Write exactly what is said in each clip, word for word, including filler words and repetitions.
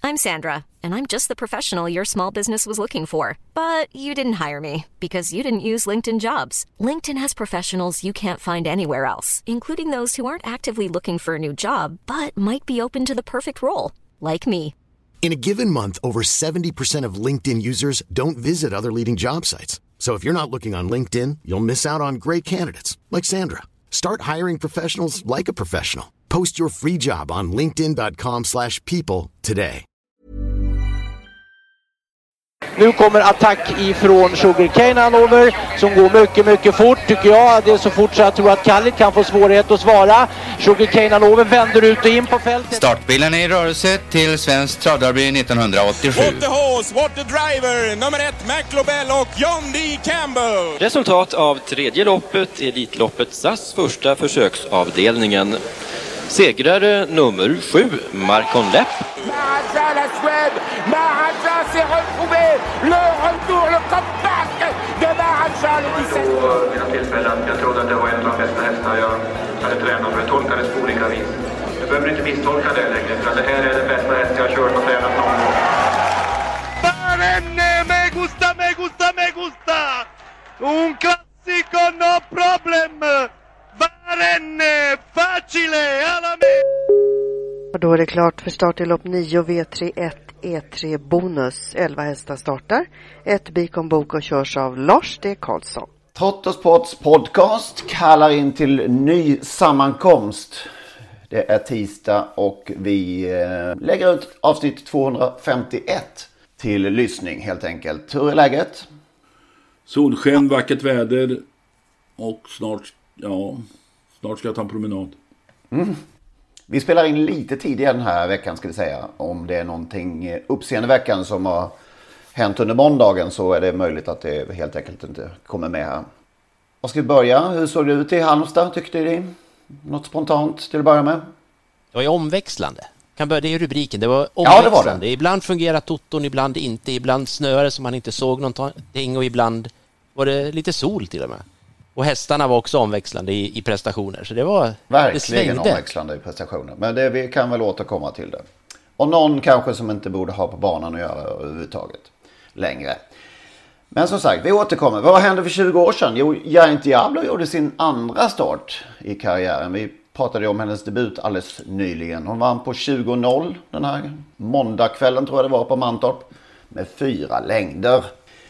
I'm Sandra, and I'm just the professional your small business was looking for. But you didn't hire me because you didn't use LinkedIn Jobs. LinkedIn has professionals you can't find anywhere else, including those who aren't actively looking for a new job, but might be open to the perfect role, like me. In a given month, over seventy percent of LinkedIn users don't visit other leading job sites. So if you're not looking on LinkedIn, you'll miss out on great candidates like Sandra. Start hiring professionals like a professional. Post your free job on linkedin dot com slash people today. Nu kommer attack ifrån Sugarcane Hanover som går mycket, mycket fort tycker jag. Det är så fort så jag tror att Kallit kan få svårighet att svara. Sugarcane Hanover vänder ut och in på fältet. Startbilen är i rörelse till Svensk Travderby nittonhundraåttiosju. What the horse, what the driver, nummer ett McLobell och John D. Campbell. Resultat av tredje loppet, Elitloppet S A S första försöksavdelningen. Segrare nummer sju, Marcon Lepp. Maharaja, la Suède, Maharaja s'est retrouvé, le retour, le comeback de Maharaja, le dix-sept. Vid mina tillfällen, jag trodde att det var en av de bästa hästar jag hade tränat, för jag tolkade det på olika vis. Du behöver inte misstolka det längre, för det här är det bästa häst jag har kört och tränat någon gång. Barenne, me gusta, me gusta, me gusta! Un classico, no problem! Barenne, facile, alla me! Och då är det klart för start i lopp nio V trettioett E tre bonus. elva hästar startar. Ett Bikon Bok och körs av Lars D. Karlsson. Trottosports podcast kallar in till ny sammankomst. Det är tisdag och vi lägger ut avsnitt tvåhundrafemtioett till lyssning helt enkelt. Hur är läget? Solsken, vackert väder och snart, ja, snart ska jag ta en promenad. Mm. Vi spelar in lite tidigare den här veckan ska vi säga. Om det är någonting uppseende veckan som har hänt under måndagen så är det möjligt att det helt enkelt inte kommer med här. Vad ska vi börja? Hur såg det ut i Halmstad tyckte ni? Något spontant till att börja med? Det var ju omväxlande. Kan börja, det är rubriken. Det var omväxlande. Ja, det var det. Ibland fungerar toton, ibland inte. Ibland snöre som man inte såg någonting och ibland var det lite sol till och med. Och hästarna var också omväxlande i, i prestationer. Så det var verkligen det omväxlande i prestationer. Men det, vi kan väl återkomma till det. Och någon kanske som inte borde ha på banan att göra överhuvudtaget längre. Men som sagt, vi återkommer. Vad hände för tjugo år sedan? Jo, Giant Diablo gjorde sin andra start i karriären. Vi pratade om hennes debut alldeles nyligen. Hon vann på tjugo noll den här måndagskvällen tror jag det var på Mantorp. Med fyra längder.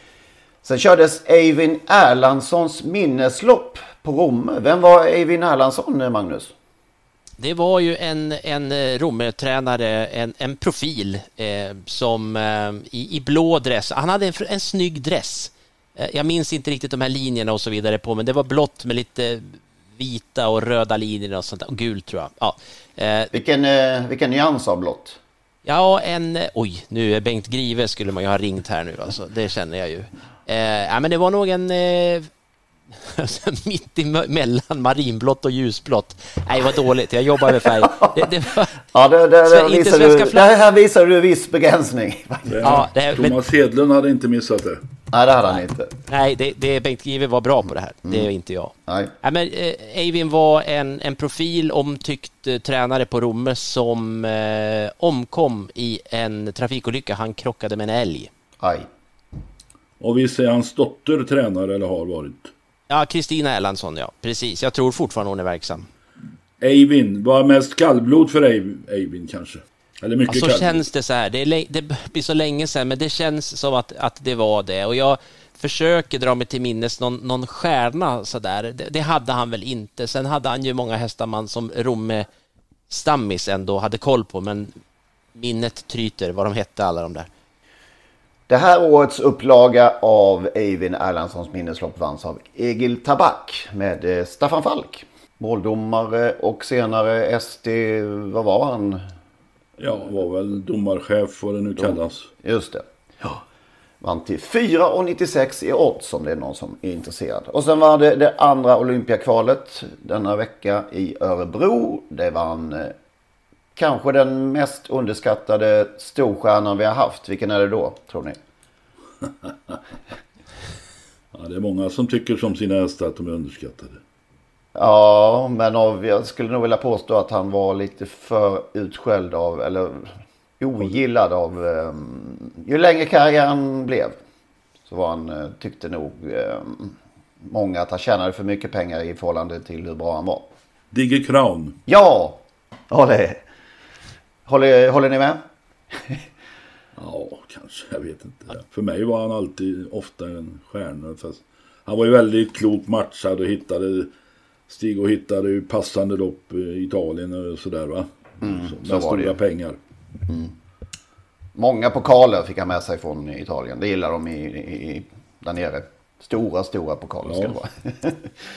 Sen kördes Eivind Erlandssons minneslopp på Romme. Vem var Eivind Erlandsson, Magnus? Det var ju en, en Romme-tränare, en, en profil eh, som eh, i, i blå dress. Han hade en, en snygg dress. Eh, jag minns inte riktigt de här linjerna och så vidare på, men det var blått med lite vita och röda linjer och sånt där. Och gult tror jag. Ja. Eh, vilken, eh, vilken nyans av blått? Ja, en... Oj, nu är Bengt Grive skulle man ju ha ringt här nu. Alltså, det känner jag ju. Eh, ja, men det var nog en... Eh, mitt i mellan marinblått och ljusblått. Nej, vad dåligt. Jag jobbar med färg. Det, det var, ja, det, det, det, visar du, det här visar du viss begränsning. Ja, det, Thomas men, Hedlund hade inte missat det. Nej, det hade han inte. Nej, det, det, Bengt Grive var bra på det här. Mm. Det är inte jag. Nej. Nej, men eh, Eivind var en, en profil omtyckt eh, tränare på Romme som eh, omkom i en trafikolycka. Han krockade med en älg. Aj. Och visst är hans dotter tränare eller har varit? Ja, Kristina Erlandsson, ja. Precis. Jag tror fortfarande hon är verksam. Eivind, var mest kallblod för Eivind kanske? Eller mycket ja, så kallblod. Känns det så här. Det, är, det blir så länge sedan, men det känns som att, att det var det. Och jag försöker dra mig till minnes någon, någon stjärna så där. Det, det hade han väl inte. Sen hade han ju många hästar man som Romme stammis ändå hade koll på, men minnet tryter vad de hette alla de där. Det här årets upplaga av Eivind Erlandssons minneslopp vanns av Egil Tabak med Staffan Falk. Måldomare och senare S D, vad var han? Ja, var väl domarchef vad det nu kallas. Just det. Ja. Vann till fyra nittiosex i odds om det är någon som är intresserad. Och sen var det det andra Olympiakvalet denna vecka i Örebro. Det vann eh, kanske den mest underskattade storstjärnan vi har haft. Vilken är det då, tror ni? Ja, det är många som tycker som sina hästar att de är underskattade. Ja, men av, jag skulle nog vilja påstå att han var lite för utskälld av, eller ogillad av... Eh, ju längre karriären blev så var han, eh, tyckte nog eh, många att han tjänade för mycket pengar i förhållande till hur bra han var. Digger Crown. Ja! Håller, håller, håller ni med? Ja, kanske. Jag vet inte. För mig var han alltid ofta en stjärna. Fast han var ju väldigt klok matchad och hittade... Stig och hittade ju passande lopp i Italien och sådär, va? Mm, så, med så stora pengar. Mm. Många pokaler fick han med sig från Italien. Det gillar de i, i, där nere. Stora, stora pokaler ska det vara.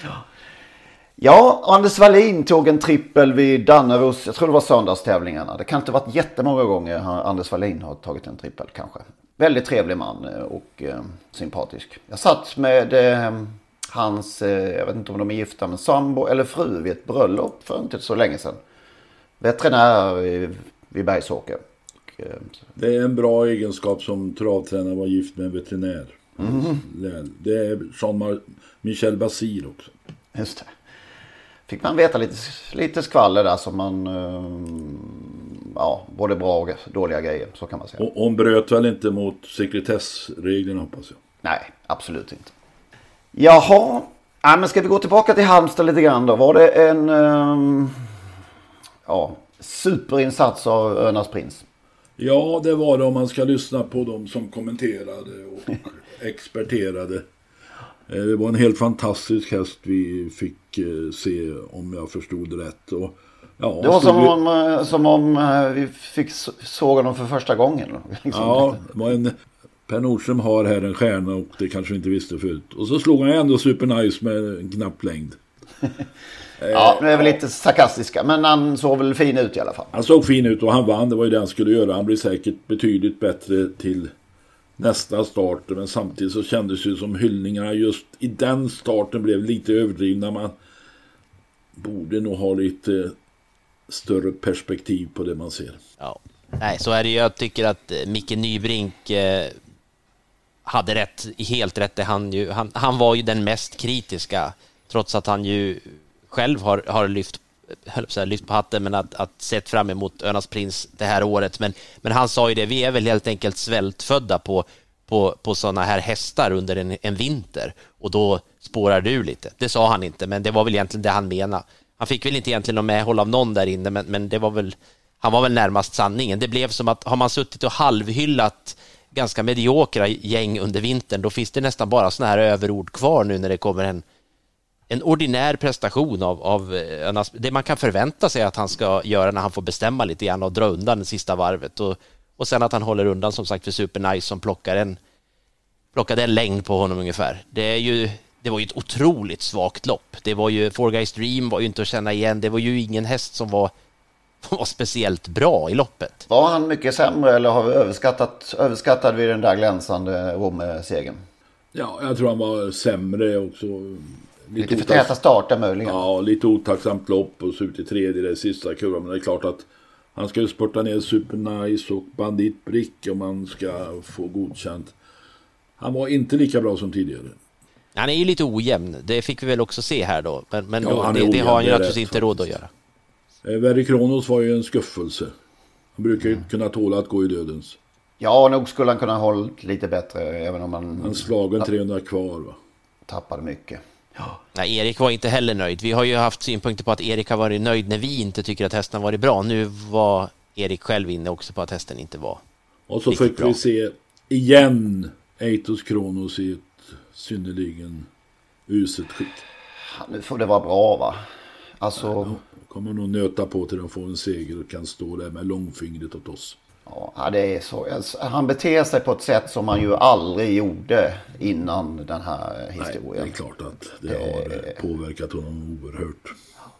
Ja, Anders Wallin tog en trippel vid Danneros. Jag tror det var söndagstävlingarna. Det kan inte ha varit jättemånga gånger Anders Wallin har tagit en trippel kanske. Väldigt trevlig man och eh, sympatisk. Jag satt med... Eh, hans, jag vet inte om de är gifta med sambo eller fru vid ett bröllop för inte så länge sedan. Veterinär vid Bergsåker. Det är en bra egenskap som travtränare var gift med en veterinär. Mm. Det är Jean Michel Basir också. Just det. Fick man veta lite, lite skvaller där som man, ja, både bra och dåliga grejer, så kan man säga. Och hon bröt väl inte mot sekretessreglerna, hoppas jag? Nej, absolut inte. Jaha, ja, men ska vi gå tillbaka till Halmstad lite grann då? Var det en um, ja, superinsats av Önas Prins? Ja, det var det om man ska lyssna på dem som kommenterade och experterade. Det var en helt fantastisk häst vi fick se, om jag förstod rätt. Och, ja, det var som om, som om vi fick såg honom för första gången. Liksom. Ja, det var en... Per Nordström har här en stjärna och det kanske inte visste förut. Och så slog han ändå super nice med en knapp längd. Ja, nu är vi lite sarkastiska, men han såg väl fin ut i alla fall. Han såg fin ut och han vann, det var ju det han skulle göra. Han blir säkert betydligt bättre till nästa start. Men samtidigt så kändes det som hyllningarna just i den starten blev lite överdrivna. Man borde nog ha lite större perspektiv på det man ser. Ja, nej, så är det. Jag tycker att Micke Nybrink eh, hade rätt, helt rätt. Han, ju, han, han var ju den mest kritiska, trots att han ju själv har, har lyft, säga, lyft på hatten, men att, att sett fram emot Önas Prins det här året. Men, men han sa ju det, vi är väl helt enkelt svältfödda på, på, på sådana här hästar under en, en vinter. Och då spårar du lite. Det sa han inte, men det var väl egentligen det han menade. Han fick väl inte egentligen någon medhåll av någon där inne, men, men det var väl, han var väl närmast sanningen. Det blev som att har man suttit och halvhyllat ganska mediokra gäng under vintern, då finns det nästan bara såna här överord kvar nu när det kommer en, en ordinär prestation av, av det man kan förvänta sig att han ska göra när han får bestämma lite grann och dra undan det sista varvet. Och, och sen att han håller undan som sagt för Super Nice som plockar en, plockade en längd på honom ungefär. Det är ju Det var ju ett otroligt svagt lopp. Det var ju, Four Guys Dream var ju inte att känna igen. Det var ju ingen häst som var, var speciellt bra i loppet. Var han mycket sämre eller har vi överskattat, överskattad vid den där glänsande Rom-segern? Ja, jag tror han var sämre också. Lite, lite för täta starter möjligen. Ja, lite otacksamt lopp och så ut i tredje det sista kurvan. Men det är klart att han ska ju spurta ner Super Nice och Bandit Brick om man ska få godkänt. Han var inte lika bra som tidigare. Han är ju lite ojämn, det fick vi väl också se här då. Men, men ja, då, det, ojämn, det har han ju naturligtvis faktiskt inte råd att göra. Verry Kronos var ju en skuffelse. Han brukar ju kunna tåla att gå i dödens. Ja, nog skulle han kunna hålla lite bättre, även om han... Han slagen trehundra kvar, va? Tappade mycket. Ja. Nej, Erik var inte heller nöjd. Vi har ju haft synpunkter på att Erik har varit nöjd när vi inte tycker att hästen har varit bra. Nu var Erik själv inne också på att hästen inte var. Och så fick bra. Vi se igen Eitos Kronos i ett synnerligen uselt skick. Ja, nu får det vara bra, va? Alltså... Ja, kommer nog nöta på till att få en seger och kan stå där med långfingret åt oss. Ja, det är så. Han beter sig på ett sätt som man ju aldrig gjorde innan den här historien. Nej, det är klart att det har påverkat honom oerhört.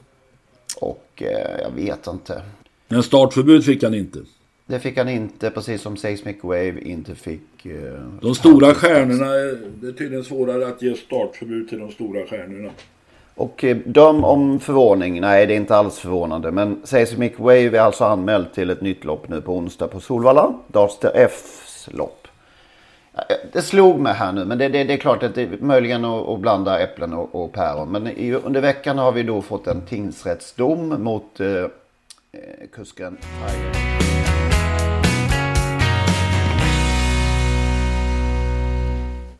Och eh, jag vet inte. Men startförbud fick han inte. Det fick han inte, precis som Seismic Wave inte fick... Eh, de stora stjärnorna, det är tydligen svårare att ge startförbud till de stora stjärnorna. Och eh, döm om förvåning, nej det är inte alls förvånande. Men Seismic Wave är alltså anmäld till ett nytt lopp nu på onsdag på Solvalla. Dartster F's lopp. Det slog mig här nu, men det, det, det är klart att det är möjligen att, att blanda äpplen och, och päron. Men i, under veckan har vi då fått en tingsrättsdom mot eh, kusken Tiger.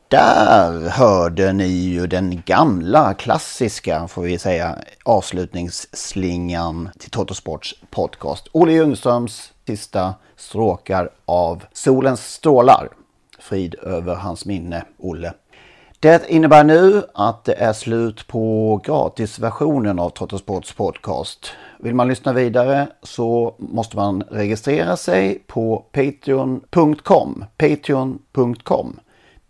där hörde ni ju den gamla klassiska, får vi säga, avslutningsslingan till Totosports podcast. Olle Ljungströms sista stråkar av Solens strålar. Frid över hans minne, Olle. Det innebär nu att det är slut på gratisversionen av Totosports podcast. Vill man lyssna vidare så måste man registrera sig på patreon punkt com. patreon punkt com.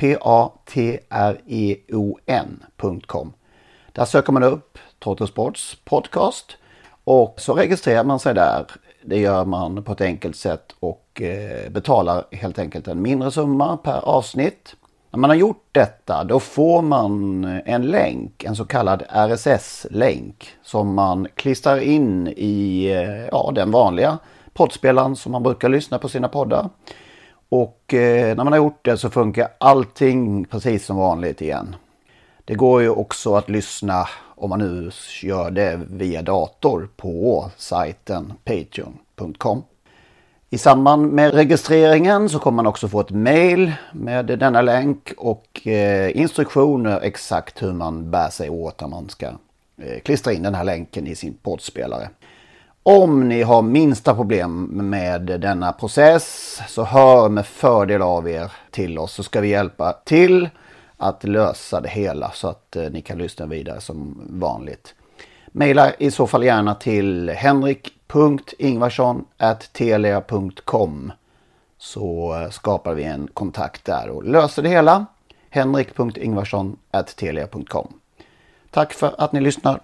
P-A-T-R-E-O-N punkt com. Där söker man upp Totosports podcast och så registrerar man sig där. Det gör man på ett enkelt sätt och betalar helt enkelt en mindre summa per avsnitt. När man har gjort detta då får man en länk, en så kallad R S S-länk som man klistrar in i ja, den vanliga poddspelaren som man brukar lyssna på sina poddar. Och eh, när man har gjort det så funkar allting precis som vanligt igen. Det går ju också att lyssna, om man nu gör det via dator, på sajten patreon punkt com. I samband med registreringen så kommer man också få ett mail med denna länk och eh, instruktioner exakt hur man bär sig åt när man ska eh, klistra in den här länken i sin poddspelare. Om ni har minsta problem med denna process så hör med fördel av er till oss, så ska vi hjälpa till att lösa det hela så att eh, ni kan lyssna vidare som vanligt. Maila i så fall gärna till henrik punkt ingvarsson at telia punkt com så skapar vi en kontakt där och löser det hela. henrik punkt ingvarsson at telia punkt com. Tack för att ni lyssnar.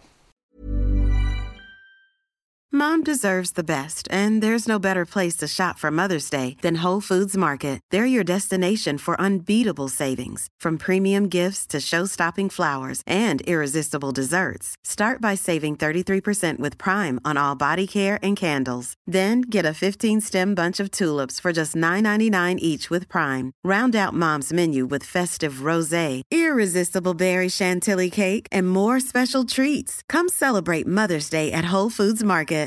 Mom deserves the best, and there's no better place to shop for Mother's Day than Whole Foods Market. They're your destination for unbeatable savings, from premium gifts to show-stopping flowers and irresistible desserts. Start by saving thirty-three percent with Prime on all body care and candles. Then get a fifteen-stem bunch of tulips for just nine ninety-nine each with Prime. Round out Mom's menu with festive rosé, irresistible berry chantilly cake, and more special treats. Come celebrate Mother's Day at Whole Foods Market.